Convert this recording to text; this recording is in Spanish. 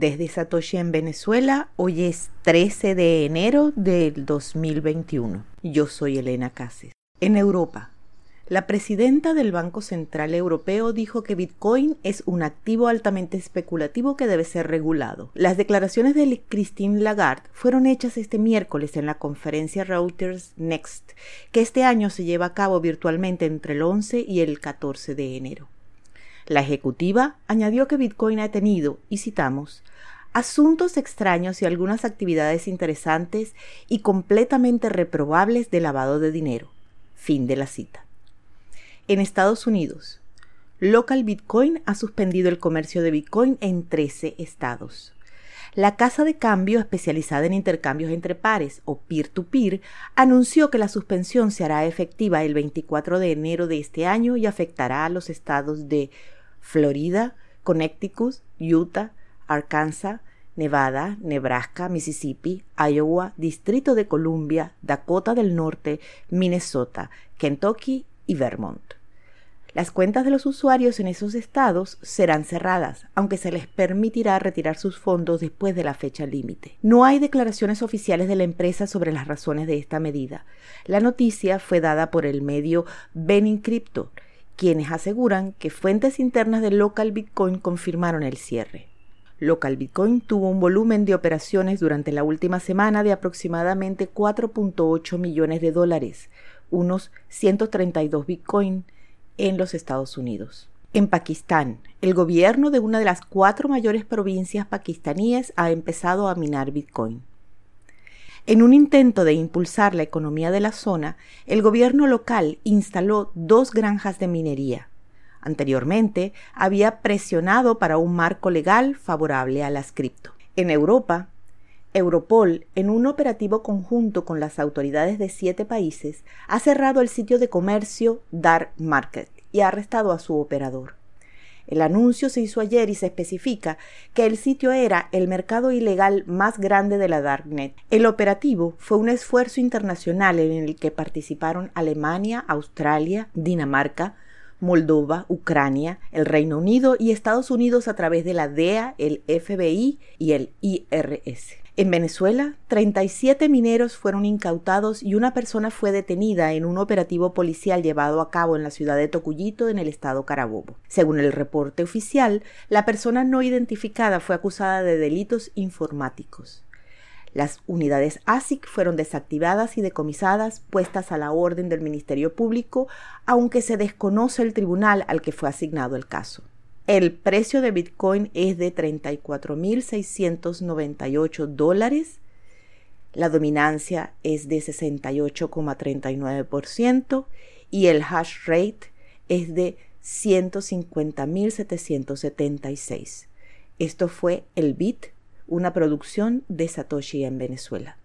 Desde Satoshi en Venezuela, hoy es 13 de enero del 2021. Yo soy Elena Cases. En Europa, la presidenta del Banco Central Europeo dijo que Bitcoin es un activo altamente especulativo que debe ser regulado. Las declaraciones de Christine Lagarde fueron hechas este miércoles en la conferencia Reuters Next, que este año se lleva a cabo virtualmente entre el 11 y el 14 de enero. La ejecutiva añadió que Bitcoin ha tenido, y citamos, asuntos extraños y algunas actividades interesantes y completamente reprobables de lavado de dinero. Fin de la cita. En Estados Unidos, Local Bitcoin ha suspendido el comercio de Bitcoin en 13 estados. La casa de cambio especializada en intercambios entre pares o peer-to-peer anunció que la suspensión se hará efectiva el 24 de enero de este año y afectará a los estados de Florida, Connecticut, Utah, Arkansas, Nevada, Nebraska, Mississippi, Iowa, Distrito de Columbia, Dakota del Norte, Minnesota, Kentucky y Vermont. Las cuentas de los usuarios en esos estados serán cerradas, aunque se les permitirá retirar sus fondos después de la fecha límite. No hay declaraciones oficiales de la empresa sobre las razones de esta medida. La noticia fue dada por el medio Benin Crypto, quienes aseguran que fuentes internas de Local Bitcoin confirmaron el cierre. Local Bitcoin tuvo un volumen de operaciones durante la última semana de aproximadamente $4.8 millones, unos 132 Bitcoin, en los Estados Unidos. En Pakistán, el gobierno de una de las 4 mayores provincias pakistaníes ha empezado a minar Bitcoin. En un intento de impulsar la economía de la zona, el gobierno local instaló 2 granjas de minería. Anteriormente, había presionado para un marco legal favorable a las cripto. En Europa, Europol, en un operativo conjunto con las autoridades de 7 países, ha cerrado el sitio de comercio Dark Market y ha arrestado a su operador. El anuncio se hizo ayer y se especifica que el sitio era el mercado ilegal más grande de la Darknet. El operativo fue un esfuerzo internacional en el que participaron Alemania, Australia, Dinamarca, Moldova, Ucrania, el Reino Unido y Estados Unidos a través de la DEA, el FBI y el IRS. En Venezuela, 37 mineros fueron incautados y una persona fue detenida en un operativo policial llevado a cabo en la ciudad de Tocuyito, en el estado Carabobo. Según el reporte oficial, la persona no identificada fue acusada de delitos informáticos. Las unidades ASIC fueron desactivadas y decomisadas, puestas a la orden del Ministerio Público, aunque se desconoce el tribunal al que fue asignado el caso. El precio de Bitcoin es de $34,698. La dominancia es de 68,39% y el hash rate es de 150.776. Esto fue el Bit, una producción de Satoshi en Venezuela.